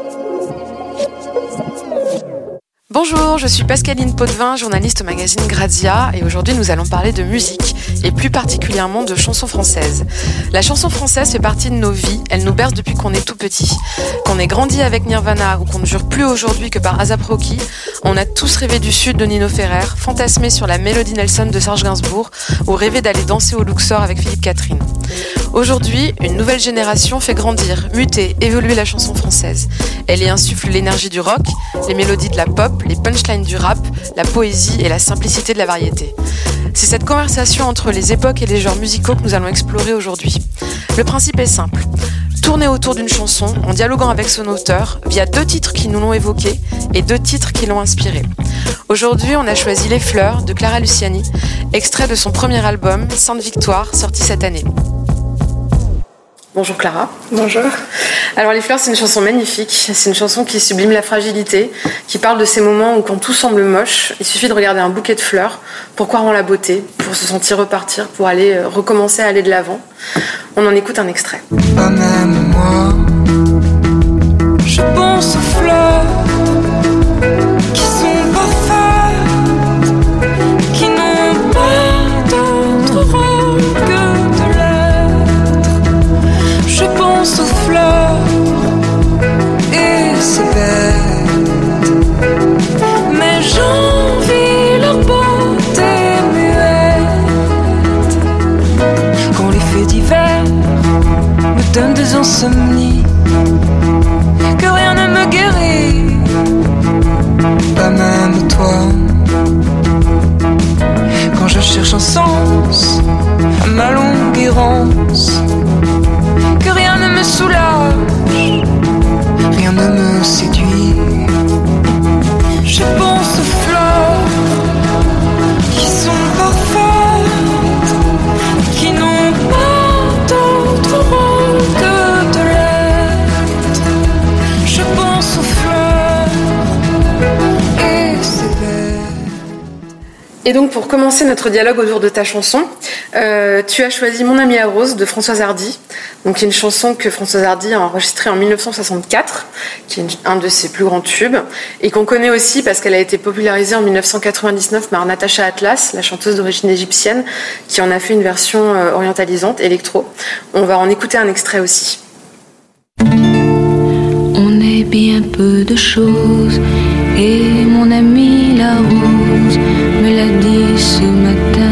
Bonjour, je suis Pascaline Potvin, journaliste au magazine Grazia, et aujourd'hui nous allons parler de musique, et plus particulièrement de chansons françaises. La chanson française fait partie de nos vies, elle nous berce depuis qu'on est tout petit. Qu'on ait grandi avec Nirvana ou qu'on ne jure plus aujourd'hui que par A$AP Rocky, on a tous rêvé du Sud de Nino Ferrer, fantasmé sur la Mélodie Nelson de Serge Gainsbourg, ou rêvé d'aller danser au Luxor avec Philippe Catherine. Aujourd'hui, une nouvelle génération fait grandir, muter, évoluer la chanson française. Elle y insuffle l'énergie du rock, les mélodies de la pop, les punchlines du rap, la poésie et la simplicité de la variété. C'est cette conversation entre les époques et les genres musicaux que nous allons explorer aujourd'hui. Le principe est simple. Tourner autour d'une chanson en dialoguant avec son auteur via 2 titres qui nous l'ont évoqué et 2 titres qui l'ont inspiré. Aujourd'hui, on a choisi Les Fleurs de Clara Luciani, extrait de son premier album, Sainte Victoire, sorti cette année. Bonjour Clara. Bonjour. Alors Les Fleurs, c'est une chanson magnifique, c'est une chanson qui sublime la fragilité, qui parle de ces moments où quand tout semble moche, il suffit de regarder un bouquet de fleurs pour croire en la beauté, pour se sentir repartir, pour aller recommencer à aller de l'avant. On en écoute un extrait. Pas même moi, je pense aux fleurs qui sont parfaites, qui n'ont pas d'autre rôle que de l'être. Je pense aux fleurs et c'est bête, mais j'envie leur beauté muette. Quand les faits divers me donnent des insomnies, que rien ne me guérit, pas même toi. Quand je cherche un sens à ma longue errance, que rien ne me soulage, rien ne me séduit. Je pense aux fleurs qui sont parfaites, qui n'ont pas d'autre rôle que de l'être. Je pense aux fleurs et c'est bête. Et donc pour commencer notre dialogue autour de ta chanson, tu as choisi Mon amie à Rose de Françoise Hardy, donc une chanson que Françoise Hardy a enregistrée en 1964, qui est un de ses plus grands tubes, et qu'on connaît aussi parce qu'elle a été popularisée en 1999 par Natacha Atlas, la chanteuse d'origine égyptienne, qui en a fait une version orientalisante, électro. On va en écouter un extrait aussi. On est bien peu de choses, et mon amie la rose me l'a dit ce matin.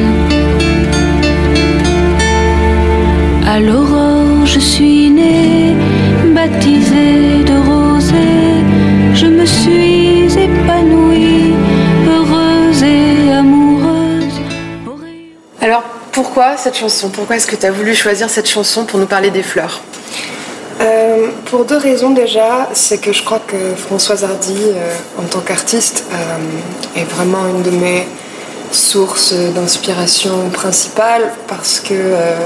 À l'aurore je suis née, baptisée de rosée, je me suis épanouie, heureuse et amoureuse. Alors pourquoi cette chanson ? Pourquoi est-ce que tu as voulu choisir cette chanson pour nous parler des fleurs ? Pour 2 raisons déjà, c'est que je crois que Françoise Hardy, en tant qu'artiste, est vraiment une de mes sources d'inspiration principales parce que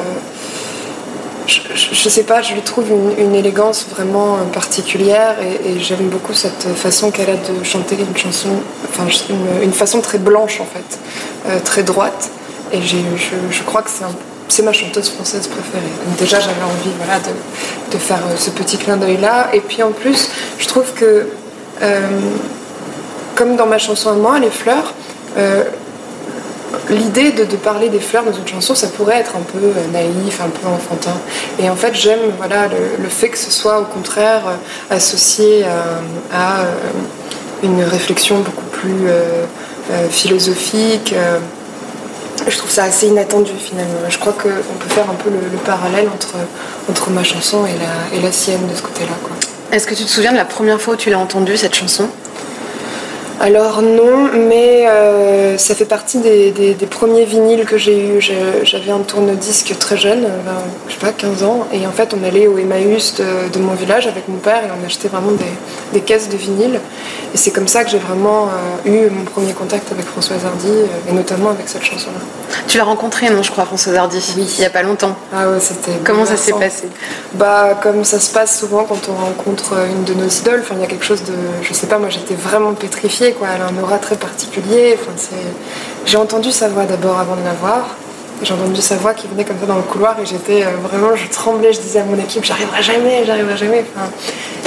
je sais pas, je lui trouve une élégance vraiment particulière et j'aime beaucoup cette façon qu'elle a de chanter une chanson, enfin une façon très blanche en fait, très droite, et je crois que c'est ma chanteuse française préférée. Donc déjà j'avais envie de faire ce petit clin d'œil là, et puis en plus je trouve que comme dans ma chanson à moi, Les Fleurs, l'idée de parler des fleurs dans une chanson, ça pourrait être un peu naïf, un peu enfantin. Et en fait, j'aime le fait que ce soit au contraire associé à une réflexion beaucoup plus philosophique. Je trouve ça assez inattendu finalement. Je crois qu'on peut faire un peu le parallèle entre ma chanson et la sienne de ce côté-là, quoi. Est-ce que tu te souviens de la première fois où tu l'as entendue, cette chanson ? Alors non, mais ça fait partie des premiers vinyles que j'ai eu. J'avais un tourne-disque très jeune, je sais pas, 15 ans, et en fait on allait au Emmaüs de mon village avec mon père et on achetait vraiment des caisses de vinyles. Et c'est comme ça que j'ai vraiment eu mon premier contact avec Françoise Hardy, et notamment avec cette chanson-là. Tu l'as rencontrée, non, je crois, Françoise Hardy, oui. Il y a pas longtemps. Ah ouais, c'était... Comment ça s'est passé ? Comme ça se passe souvent quand on rencontre une de nos idoles. Enfin, il y a quelque chose de... Je sais pas, moi j'étais vraiment pétrifiée, quoi. Elle a un aura très particulier. Enfin, j'ai entendu sa voix d'abord avant de la voir. J'ai entendu sa voix qui venait comme ça dans le couloir et j'étais vraiment, je tremblais, je disais à mon équipe, j'arriverai jamais. Enfin,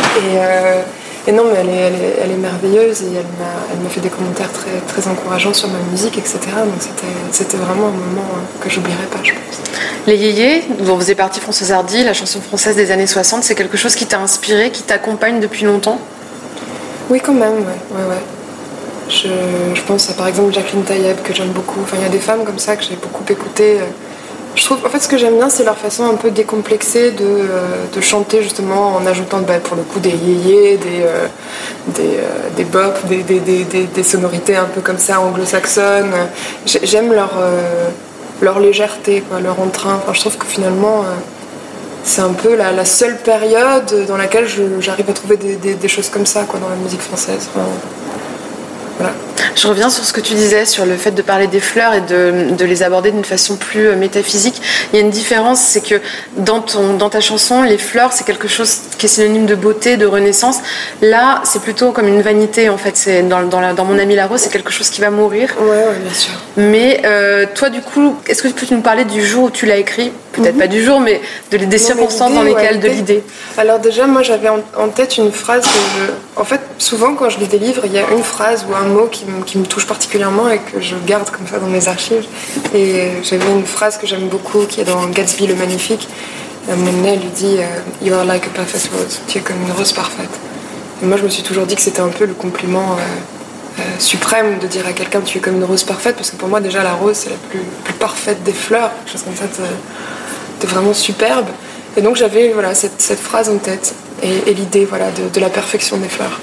Et non, mais elle est merveilleuse et elle m'a fait des commentaires très, très encourageants sur ma musique, etc. Donc c'était vraiment un moment que j'oublierai pas, je pense. Les Yéyés, dont vous faisiez partie Françoise Hardy, la chanson française des années 60, c'est quelque chose qui t'a inspiré, qui t'accompagne depuis longtemps? Oui, quand même, ouais. Je pense à par exemple Jacqueline Tayeb, que j'aime beaucoup. Enfin, il y a des femmes comme ça que j'ai beaucoup écoutées. Je trouve, en fait, ce que j'aime bien, c'est leur façon un peu décomplexée de chanter, justement, en ajoutant, pour le coup, des yéyés, des bops, des sonorités un peu comme ça, anglo-saxonnes. J'aime leur légèreté, quoi, leur entrain. Enfin, je trouve que finalement, c'est un peu la seule période dans laquelle j'arrive à trouver des choses comme ça, quoi, dans la musique française. Enfin, voilà. Je reviens sur ce que tu disais, sur le fait de parler des fleurs et de les aborder d'une façon plus métaphysique. Il y a une différence, c'est que dans ta chanson, les fleurs, c'est quelque chose qui est synonyme de beauté, de renaissance. Là, c'est plutôt comme une vanité, en fait. C'est dans Mon ami la rose, c'est quelque chose qui va mourir. Ouais, bien sûr. Mais toi, du coup, est-ce que tu peux nous parler du jour où tu l'as écrit? Peut-être pas du jour, mais des circonstances dans lesquelles, de l'idée. Alors déjà, moi, j'avais en tête une phrase que en fait, souvent, quand je lis des livres, il y a une phrase ou un mot qui me touche particulièrement et que je garde comme ça dans mes archives. Et j'avais une phrase que j'aime beaucoup, qui est dans Gatsby le Magnifique. Monet lui dit « You are like a perfect rose », tu es comme une rose parfaite. Et moi, je me suis toujours dit que c'était un peu le compliment suprême de dire à quelqu'un « tu es comme une rose parfaite », parce que pour moi, déjà, la rose, c'est la plus parfaite des fleurs, quelque chose comme ça de vraiment superbe. Et donc, j'avais cette phrase en tête et l'idée de la perfection des fleurs.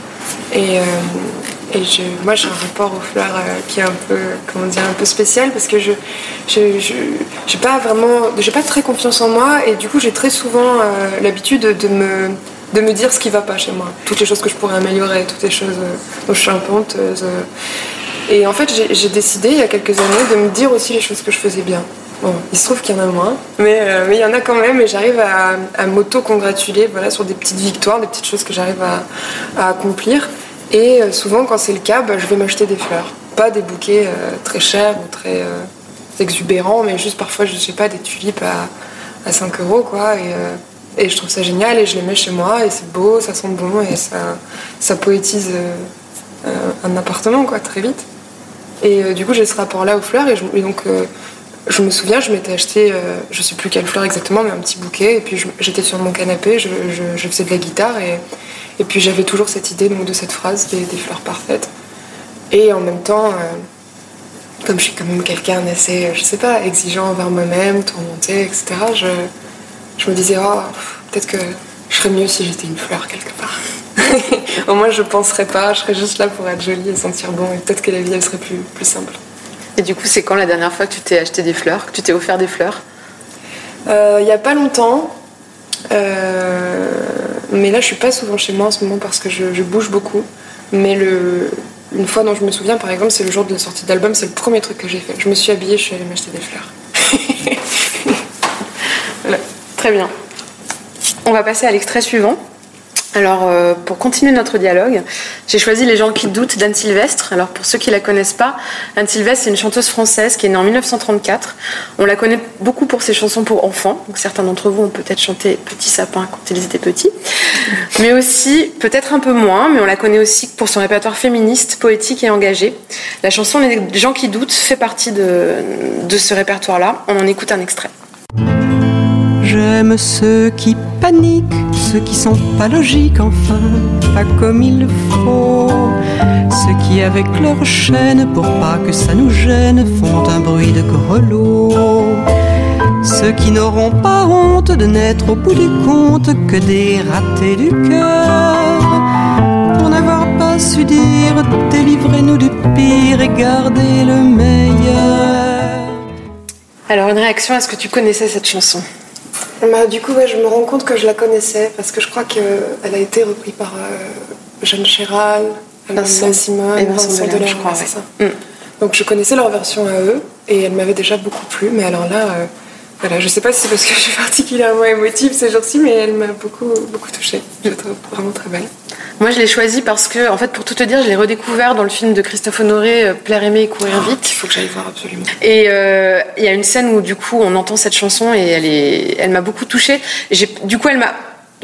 Moi, j'ai un rapport aux fleurs qui est un peu spécial, parce que j'ai pas très confiance en moi, et du coup j'ai très souvent l'habitude de me dire ce qui va pas chez moi, toutes les choses que je pourrais améliorer, toutes les choses dont je suis un peu honteuse. Et en fait, j'ai décidé il y a quelques années de me dire aussi les choses que je faisais bien. Bon, il se trouve qu'il y en a moins, mais il y en a quand même, et j'arrive à m'auto-congratuler sur des petites victoires, des petites choses que j'arrive à accomplir. Et souvent, quand c'est le cas, je vais m'acheter des fleurs. Pas des bouquets très chers ou très exubérants, mais juste parfois, je sais pas, des tulipes à 5 €, quoi. Et je trouve ça génial, et je les mets chez moi, et c'est beau, ça sent bon, et ça poétise un appartement, quoi, très vite. Et du coup, j'ai ce rapport-là aux fleurs, et donc je me souviens, je m'étais acheté, je sais plus quelle fleur exactement, mais un petit bouquet, et puis j'étais sur mon canapé, je faisais de la guitare, et puis j'avais toujours cette idée de cette phrase des fleurs parfaites. Et en même temps, comme je suis quand même quelqu'un d'assez, je sais pas, exigeant envers moi-même, tourmenté, etc., je me disais, peut-être que je serais mieux si j'étais une fleur quelque part. Au moins je penserais pas, je serais juste là pour être jolie et sentir bon, et peut-être que la vie elle serait plus simple. Et du coup, c'est quand la dernière fois que tu t'es acheté des fleurs, que tu t'es offert des fleurs? Il y a pas longtemps. Mais là je suis pas souvent chez moi en ce moment parce que je bouge beaucoup, mais une fois dont je me souviens par exemple, c'est le jour de la sortie d'album, c'est le premier truc que j'ai fait, je me suis habillée, je suis allée m'acheter des fleurs. Voilà. Très bien, on va passer à l'extrait suivant. Alors, pour continuer notre dialogue, j'ai choisi Les gens qui doutent d'Anne Sylvestre. Alors, pour ceux qui la connaissent pas, Anne Sylvestre, c'est une chanteuse française qui est née en 1934. On la connaît beaucoup pour ses chansons pour enfants. Donc, certains d'entre vous ont peut-être chanté Petit sapin quand ils étaient petits. Mais aussi, peut-être un peu moins, mais on la connaît aussi pour son répertoire féministe, poétique et engagé. La chanson Les gens qui doutent fait partie de ce répertoire-là. On en écoute un extrait. J'aime ceux qui paniquent, ceux qui sont pas logiques, enfin, pas comme il faut. Ceux qui, avec leur chaîne, pour pas que ça nous gêne, font un bruit de grelot. Ceux qui n'auront pas honte de n'être au bout du compte que des ratés du cœur. Pour n'avoir pas su dire, délivrez-nous du pire et gardez le meilleur. Alors, une réaction, est-ce que tu connaissais cette chanson ? Du coup, je me rends compte que je la connaissais parce que je crois qu'elle a été reprise par Jeanne Chéral, Vincent Simone et Vincent Delerme, je crois. C'est ça. Donc je connaissais leur version à eux et elle m'avait déjà beaucoup plu. Mais alors là, je sais pas si c'est parce que je suis particulièrement émotive ces jours-ci, mais elle m'a beaucoup touchée. Je la trouve vraiment très belle. Moi, je l'ai choisie parce que, en fait, pour tout te dire, je l'ai redécouvert dans le film de Christophe Honoré, Plaire, aimer et courir vite. Il faut que j'aille voir absolument. Et il y a une scène où, du coup, on entend cette chanson et elle m'a beaucoup touchée. Du coup,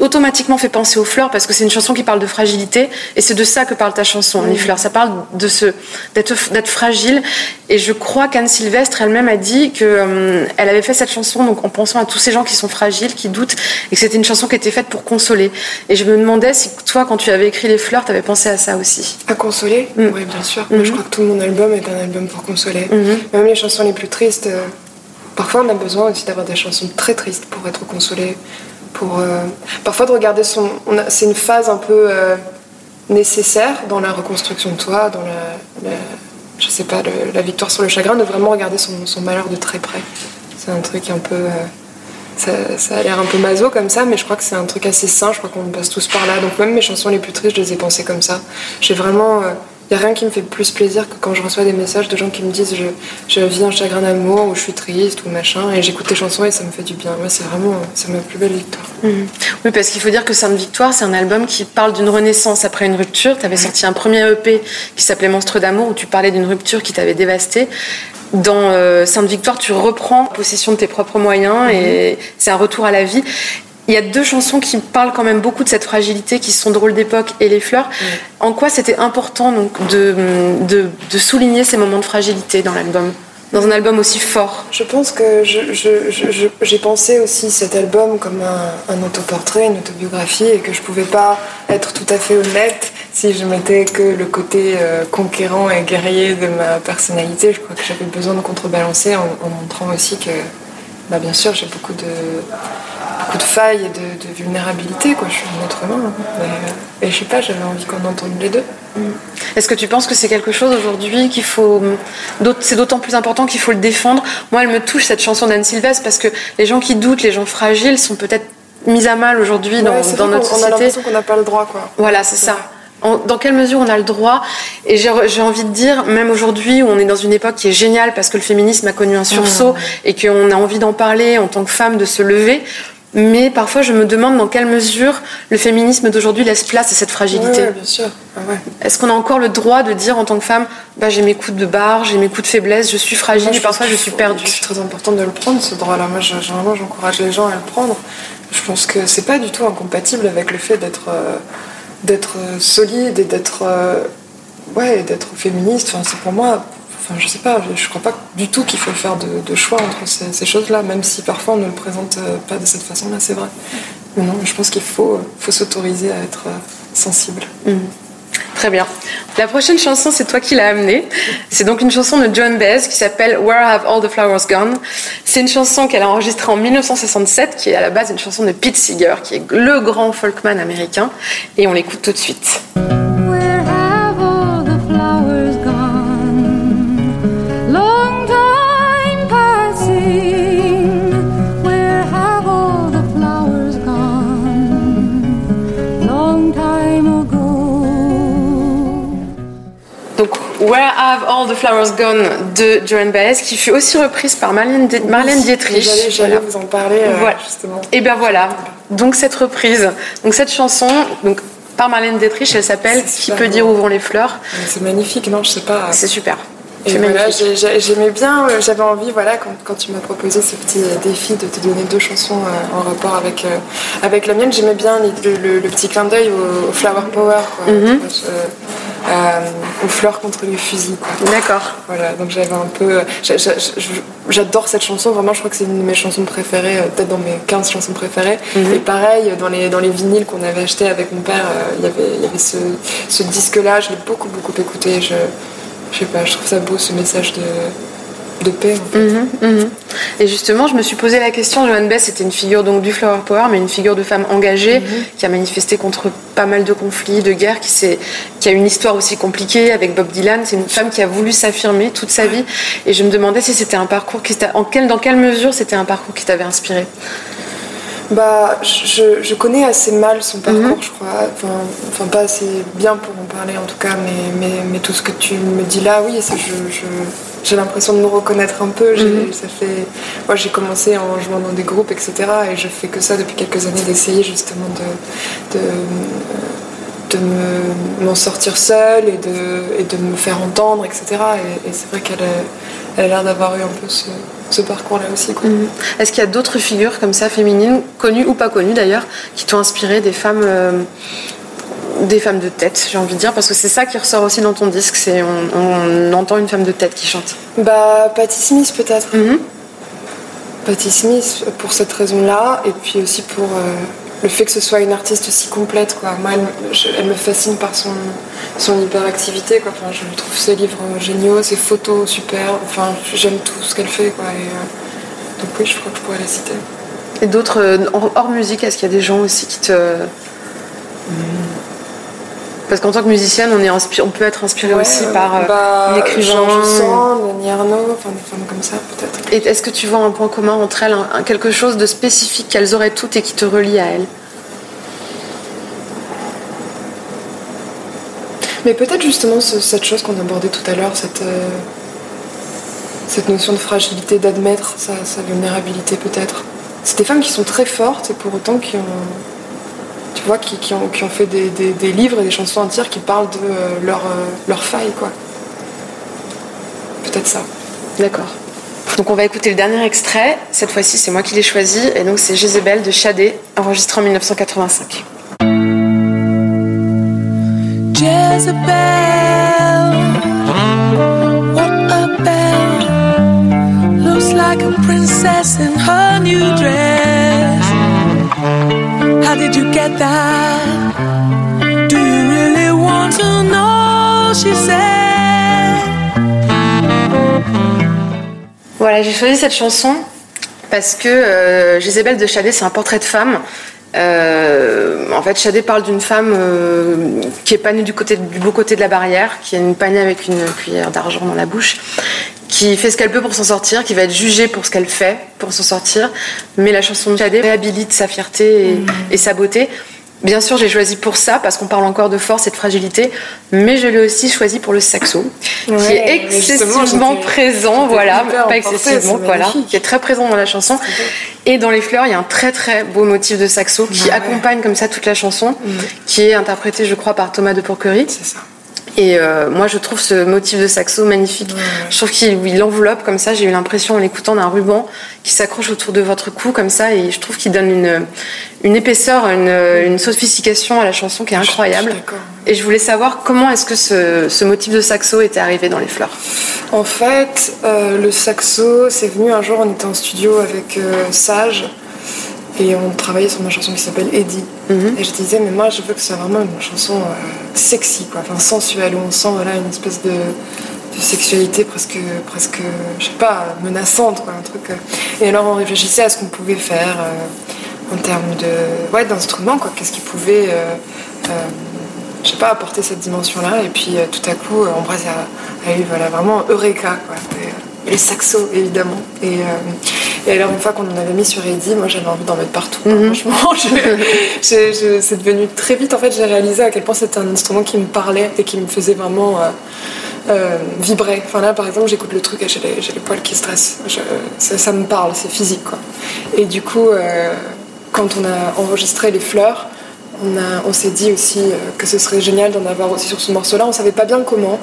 automatiquement fait penser aux fleurs parce que c'est une chanson qui parle de fragilité et c'est de ça que parle ta chanson, Les Fleurs. Ça parle d'être fragile et je crois qu'Anne Sylvestre elle-même a dit que elle avait fait cette chanson donc en pensant à tous ces gens qui sont fragiles, qui doutent et que c'était une chanson qui était faite pour consoler. Et je me demandais si toi, quand tu avais écrit Les Fleurs, tu avais pensé à ça aussi. À consoler ? Oui, bien sûr. Moi, je crois que tout mon album est un album pour consoler. Même les chansons les plus tristes, parfois on a besoin aussi d'avoir des chansons très tristes pour être consolé. Parfois de regarder c'est une phase un peu nécessaire dans la reconstruction de toi, dans je sais pas, la victoire sur le chagrin, de vraiment regarder son malheur de très près. C'est un truc un peu ça a l'air un peu maso comme ça, mais je crois que c'est un truc assez sain. Je crois qu'on passe tous par là, donc même mes chansons les plus tristes, je les ai pensées comme ça. J'ai vraiment il n'y a rien qui me fait plus plaisir que quand je reçois des messages de gens qui me disent je vis un chagrin d'amour ou je suis triste ou machin, et j'écoute tes chansons et ça me fait du bien. Moi, c'est ma plus belle victoire. Oui, parce qu'il faut dire que Sainte Victoire, c'est un album qui parle d'une renaissance après une rupture. Tu avais sorti un premier EP qui s'appelait Monstre d'amour où tu parlais d'une rupture qui t'avait dévastée. Dans Sainte Victoire, tu reprends possession de tes propres moyens et c'est un retour à la vie. Il y a 2 chansons qui parlent quand même beaucoup de cette fragilité, qui sont Drôle d'époque et Les Fleurs. En quoi c'était important donc, de souligner ces moments de fragilité dans l'album, dans un album aussi fort? Je pense que j'ai pensé aussi cet album comme un autoportrait, une autobiographie, et que je pouvais pas être tout à fait honnête si je mettais que le côté conquérant et guerrier de ma personnalité. Je crois que j'avais besoin de contrebalancer en montrant aussi que, bien sûr, j'ai beaucoup de failles et de vulnérabilité, quoi. Je suis un être humain, et je sais pas, j'avais envie qu'on entende les deux. Est-ce que tu penses que c'est quelque chose aujourd'hui c'est d'autant plus important qu'il faut le défendre? Moi, elle me touche cette chanson d'Anne Sylvestre parce que les gens qui doutent, les gens fragiles sont peut-être mis à mal aujourd'hui dans notre société. On a l'impression qu'on n'a pas le droit, quoi. Voilà, c'est ça. Dans quelle mesure on a le droit? Et j'ai envie de dire, même aujourd'hui où on est dans une époque qui est géniale parce que le féminisme a connu un sursaut et qu'on a envie d'en parler en tant que femme, de se lever, mais parfois je me demande dans quelle mesure le féminisme d'aujourd'hui laisse place à cette fragilité. Oui, bien sûr. Est-ce qu'on a encore le droit de dire en tant que femme, j'ai mes coups de barre, j'ai mes coups de faiblesse, je suis fragile et parfois je suis perdue? C'est très important de le prendre, ce droit-là. Moi, généralement, j'encourage les gens à le prendre. Je pense que c'est pas du tout incompatible avec le fait d'être solide et d'être féministe. Enfin, c'est pour moi, je sais pas, je crois pas du tout qu'il faut faire de choix entre ces choses-là, même si parfois on ne le présente pas de cette façon-là, c'est vrai. Mais non, je pense qu'il faut s'autoriser à être sensible. Très bien. La prochaine chanson, c'est toi qui l'as amenée. C'est donc une chanson de Joan Baez qui s'appelle Where Have All the Flowers Gone. C'est une chanson qu'elle a enregistrée en 1967, qui est à la base une chanson de Pete Seeger, qui est le grand folkman américain. Et on l'écoute tout de suite. Where have all the flowers gone? Long time passing. Where have all the flowers gone? Long time ago. Donc, Where Have All the Flowers Gone de Joan Baez, qui fut aussi reprise par Marlène Dietrich. J'allais vous en parler, justement. Et bien voilà, donc cette reprise, donc cette chanson, donc par Marlène Dietrich, elle s'appelle Qui peut dire où vont les fleurs. C'est magnifique, non, je sais pas. C'est super. Et voilà, j'aimais bien, j'avais envie, quand tu m'as proposé ce petit défi de te donner 2 chansons en rapport avec la mienne, j'aimais bien le petit clin d'œil au flower power, quoi. Aux fleurs contre les fusils, quoi. D'accord. Voilà, donc j'avais un peu... J'adore cette chanson, vraiment, je crois que c'est une de mes chansons préférées, peut-être dans mes 15 chansons préférées. Et pareil, dans les vinyles qu'on avait achetés avec mon père, il y avait ce disque-là, je l'ai beaucoup écouté. Je sais pas, je trouve ça beau, ce message de paix, en fait. Et justement, je me suis posé la question, Joan Baez, c'était une figure donc du flower power, mais une figure de femme engagée, qui a manifesté contre pas mal de conflits, de guerres, qui a une histoire aussi compliquée avec Bob Dylan. C'est une femme qui a voulu s'affirmer toute sa vie. Et je me demandais si c'était un parcours dans quelle mesure c'était un parcours qui t'avait inspiré. Je connais assez mal son parcours, je crois. Enfin, pas assez bien pour en parler en tout cas, mais tout ce que tu me dis là, oui, j'ai l'impression de me reconnaître un peu. Moi, j'ai commencé en jouant dans des groupes, etc. Et je fais que ça depuis quelques années, d'essayer justement m'en sortir seule et de me faire entendre, etc. Et c'est vrai qu'elle a l'air d'avoir eu un peu ce parcours-là aussi, quoi. Est-ce qu'il y a d'autres figures comme ça, féminines, connues ou pas connues d'ailleurs, qui t'ont inspiré, des femmes de tête, j'ai envie de dire, parce que c'est ça qui ressort aussi dans ton disque, c'est on entend une femme de tête qui chante. Patti Smith peut-être. Patti Smith pour cette raison-là, et puis aussi pour le fait que ce soit une artiste aussi complète, quoi. Moi, elle me fascine par son hyperactivité, quoi. Enfin, je trouve ses livres géniaux, ses photos super. Enfin, j'aime tout ce qu'elle fait, quoi. Donc oui, je crois que je pourrais la citer. Et d'autres, hors musique, est-ce qu'il y a des gens aussi qui te... Parce qu'en tant que musicienne, on peut être inspiré aussi par un écrivain. Georges Sand, Annie Ernaux, enfin des femmes comme ça peut-être. Et est-ce que tu vois un point commun entre elles, quelque chose de spécifique qu'elles auraient toutes et qui te relie à elles? Mais peut-être justement cette chose qu'on abordait tout à l'heure, cette notion de fragilité, d'admettre sa vulnérabilité peut-être. C'est des femmes qui sont très fortes et pour autant qui ont fait des livres et des chansons entières qui parlent de leur faille, quoi. Peut-être ça. D'accord. Donc on va écouter le dernier extrait. Cette fois-ci, c'est moi qui l'ai choisi. Et donc c'est Jézabel de Shadé, enregistré en 1985. Jezebel, what a belle, looks like a princess in her new dress. How did you get that? Do you really want to know? She said. Voilà, j'ai choisi cette chanson parce que Jézabel de Shadé, c'est un portrait de femme. En fait, Shadé parle d'une femme qui est pas née du beau côté de la barrière, qui a une panier avec une cuillère d'argent dans la bouche, qui fait ce qu'elle peut pour s'en sortir, qui va être jugée pour ce qu'elle fait pour s'en sortir. Mais la chanson de Shadé réhabilite sa fierté et sa beauté. Bien sûr, j'ai choisi pour ça, parce qu'on parle encore de force et de fragilité, mais je l'ai aussi choisi pour le saxo, qui est excessivement présent, voilà, pas excessivement, voilà, qui est très présent dans la chanson. Et dans Les Fleurs, il y a un très très beau motif de saxo qui accompagne comme ça toute la chanson, qui est interprété, je crois, par Thomas de Pourquerie. C'est ça. Et moi, je trouve ce motif de saxo magnifique. Je trouve qu'il enveloppe comme ça. J'ai eu l'impression, en l'écoutant, d'un ruban qui s'accroche autour de votre cou comme ça. Et je trouve qu'il donne une épaisseur, une sophistication à la chanson qui est incroyable. Et je voulais savoir comment est-ce que ce motif de saxo était arrivé dans Les Fleurs. En fait, le saxo, c'est venu un jour, on était en studio avec Sage. Et on travaillait sur une chanson qui s'appelle Eddie. Et je disais, mais moi je veux que ce soit vraiment une chanson sexy, quoi, enfin sensuelle, où on sent voilà, une espèce de sexualité presque, je sais pas, menaçante, quoi, un truc. Et alors on réfléchissait à ce qu'on pouvait faire en termes d'instruments, quoi, qu'est-ce qui pouvait, je sais pas, apporter cette dimension-là. Et puis tout à coup, Ambroise a eu voilà, vraiment Eureka, quoi. Et les saxos, évidemment. Et alors, une fois qu'on en avait mis sur Eddie, moi j'avais envie d'en mettre partout. Franchement, c'est devenu très vite. En fait, j'ai réalisé à quel point c'était un instrument qui me parlait et qui me faisait vraiment vibrer. Enfin, là, par exemple, j'écoute le truc et j'ai les poils qui se dressent. Ça me parle, c'est physique, quoi. Et du coup, quand on a enregistré Les Fleurs, on s'est dit aussi que ce serait génial d'en avoir aussi sur ce morceau-là. On savait pas bien comment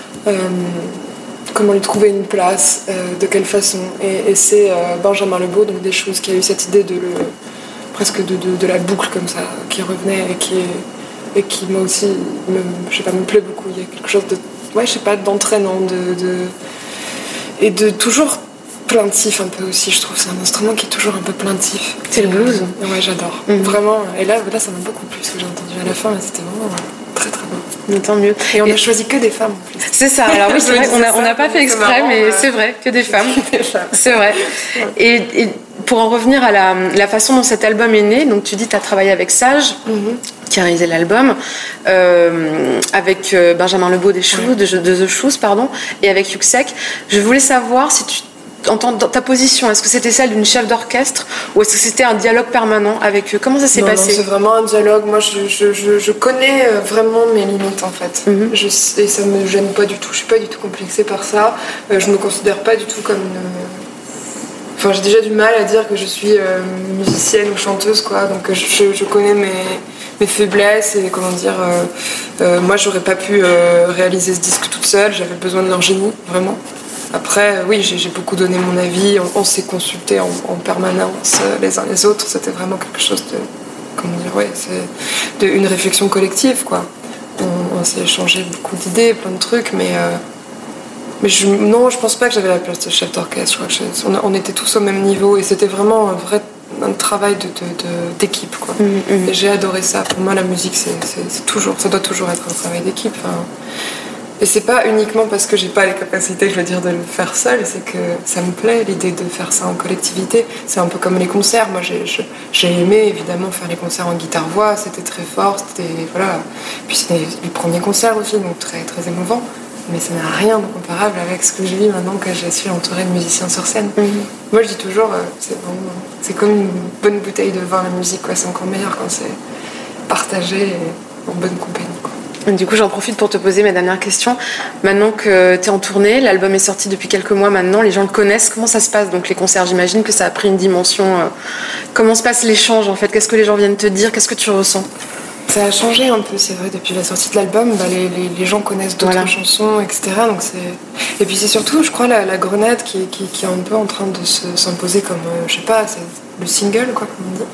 lui trouver une place, de quelle façon. Et c'est Benjamin Lebeau, donc des choses, qui a eu cette idée presque de la boucle comme ça, qui revenait et qui moi aussi me plaît beaucoup. Il y a quelque chose d'entraînant, et de toujours plaintif un peu aussi, je trouve. C'est un instrument qui est toujours un peu plaintif. C'est le blues. Ouais, j'adore. Vraiment. Et là, ça m'a beaucoup plu ce que j'ai entendu à la fin. C'était vraiment très très beau. Mais tant mieux. Et on a choisi que des femmes en plus. C'est ça, alors oui, c'est vrai, on n'a pas fait exprès, mais c'est vrai, que des femmes. C'est vrai. Et pour en revenir à la façon dont cet album est né, donc tu dis que tu as travaillé avec Sage, qui a réalisé l'album, avec Benjamin Lebeau de The Shoes, pardon, et avec Yuxek. Je voulais savoir si dans ta position, est-ce que c'était celle d'une chef d'orchestre ou est-ce que c'était un dialogue permanent avec eux? Comment ça s'est passé? Non, c'est vraiment un dialogue. Moi, je connais vraiment mes limites, en fait. Et ça me gêne pas du tout. Je suis pas du tout complexée par ça. Je me considère pas du tout comme une... Enfin, j'ai déjà du mal à dire que je suis musicienne ou chanteuse, quoi. Donc, je connais mes faiblesses et moi j'aurais pas pu réaliser ce disque toute seule, j'avais besoin de leur génie, vraiment. Après, oui, j'ai beaucoup donné mon avis, on s'est consulté en permanence les uns les autres, c'était vraiment quelque chose une réflexion collective, quoi. On s'est échangé beaucoup d'idées, plein de trucs, mais je pense pas que j'avais la place de chef d'orchestre. On était tous au même niveau et c'était vraiment un travail d'équipe, quoi. Et j'ai adoré ça. Pour moi, la musique, ça doit toujours être un travail d'équipe. Et c'est pas uniquement parce que j'ai pas les capacités, je veux dire, de le faire seul, c'est que ça me plaît, l'idée de faire ça en collectivité. C'est un peu comme les concerts. Moi, j'ai aimé, évidemment, faire les concerts en guitare-voix. C'était très fort, voilà. Puis c'était les premiers concerts aussi, donc très, très émouvant. Mais ça n'a rien de comparable avec ce que je vis maintenant que je suis entourée de musiciens sur scène. Moi, je dis toujours, c'est comme une bonne bouteille de vin, la musique, quoi. C'est encore meilleur quand c'est partagé et en bonne compagnie, quoi. Du coup, j'en profite pour te poser ma dernière question. Maintenant que tu es en tournée, l'album est sorti depuis quelques mois maintenant, les gens le connaissent. Comment ça se passe, donc, les concerts? J'imagine que ça a pris une dimension... Comment se passe l'échange, en fait? Qu'est-ce que les gens viennent te dire? Qu'est-ce que tu ressens? Ça a changé un peu, c'est vrai, depuis la sortie de l'album. Les gens connaissent d'autres chansons, etc. Donc et puis c'est surtout, je crois, la Grenade qui est un peu en train de s'imposer comme, je sais pas, c'est le single, quoi, comme on dit.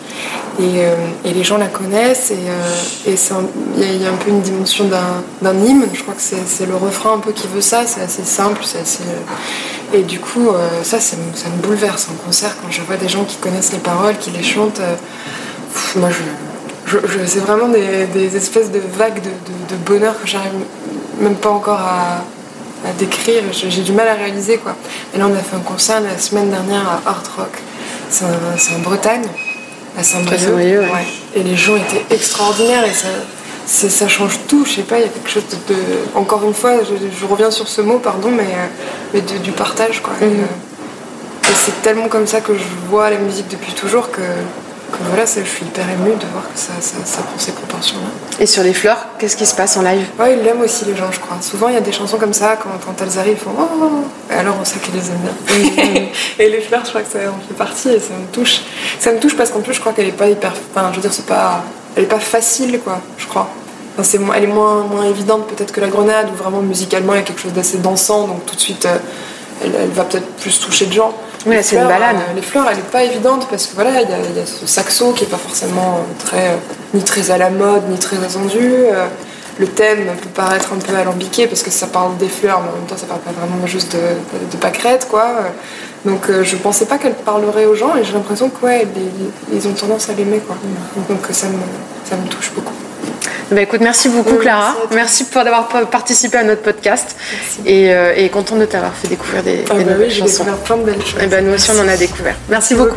Et les gens la connaissent et il y a un peu une dimension d'un hymne. Je crois que c'est le refrain un peu qui veut ça. C'est assez simple, c'est assez... Et du coup, ça me bouleverse en concert quand je vois des gens qui connaissent les paroles, qui les chantent. Moi, c'est vraiment des espèces de vagues de bonheur que j'arrive même pas encore à décrire. J'ai du mal à réaliser, quoi. Et là, on a fait un concert la semaine dernière à Art Rock. C'est en Bretagne, à Saint-Brieuc. Ouais. Et les gens étaient extraordinaires et ça change tout. Je sais pas, il y a quelque chose de... Encore une fois, je reviens sur ce mot, pardon, mais du partage, quoi. Et c'est tellement comme ça que je vois la musique depuis toujours que voilà, je suis hyper émue de voir que ça prend ces proportions-là. Et sur les fleurs, qu'est-ce qui se passe en live? Ouais, ils l'aiment aussi, les gens, je crois. Souvent, il y a des chansons comme ça, quand elles arrivent, ils font oh. Et alors, on sait qu'ils les aiment bien. Et les fleurs, je crois que ça en fait partie et ça me touche. Ça me touche parce qu'en plus, je crois qu'elle est pas hyper... Enfin, je veux dire, elle est pas facile, quoi, je crois. Enfin, elle est moins évidente peut-être que la Grenade, où vraiment, musicalement, il y a quelque chose d'assez dansant, donc tout de suite, elle va peut-être plus toucher de gens. Oui, c'est une balade. Les fleurs, elle n'est pas évidente parce que voilà, il y a ce saxo qui n'est pas forcément ni très à la mode, ni très attendu. Le thème peut paraître un peu alambiqué parce que ça parle des fleurs, mais en même temps, ça parle pas vraiment juste de pâquerettes, quoi. Donc, je pensais pas qu'elle parlerait aux gens et j'ai l'impression que ils ont tendance à l'aimer, quoi. Donc, ça me touche beaucoup. Écoute, merci beaucoup, Clara. Merci d'avoir participé à notre podcast. Et contente de t'avoir fait découvrir des nouvelles chansons. J'ai découvert plein de belles choses. Nous aussi, on en a découvert. Merci beaucoup.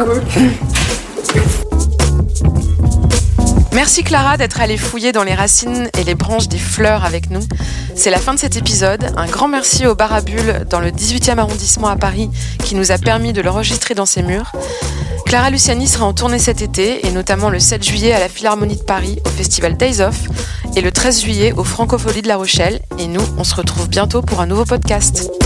Merci Clara d'être allée fouiller dans les racines et les branches des fleurs avec nous. C'est la fin de cet épisode. Un grand merci au Bar à Bulles dans le 18e arrondissement à Paris qui nous a permis de l'enregistrer dans ses murs. Clara Luciani sera en tournée cet été et notamment le 7 juillet à la Philharmonie de Paris au festival Days Off et le 13 juillet au Francofolie de La Rochelle. Et nous, on se retrouve bientôt pour un nouveau podcast.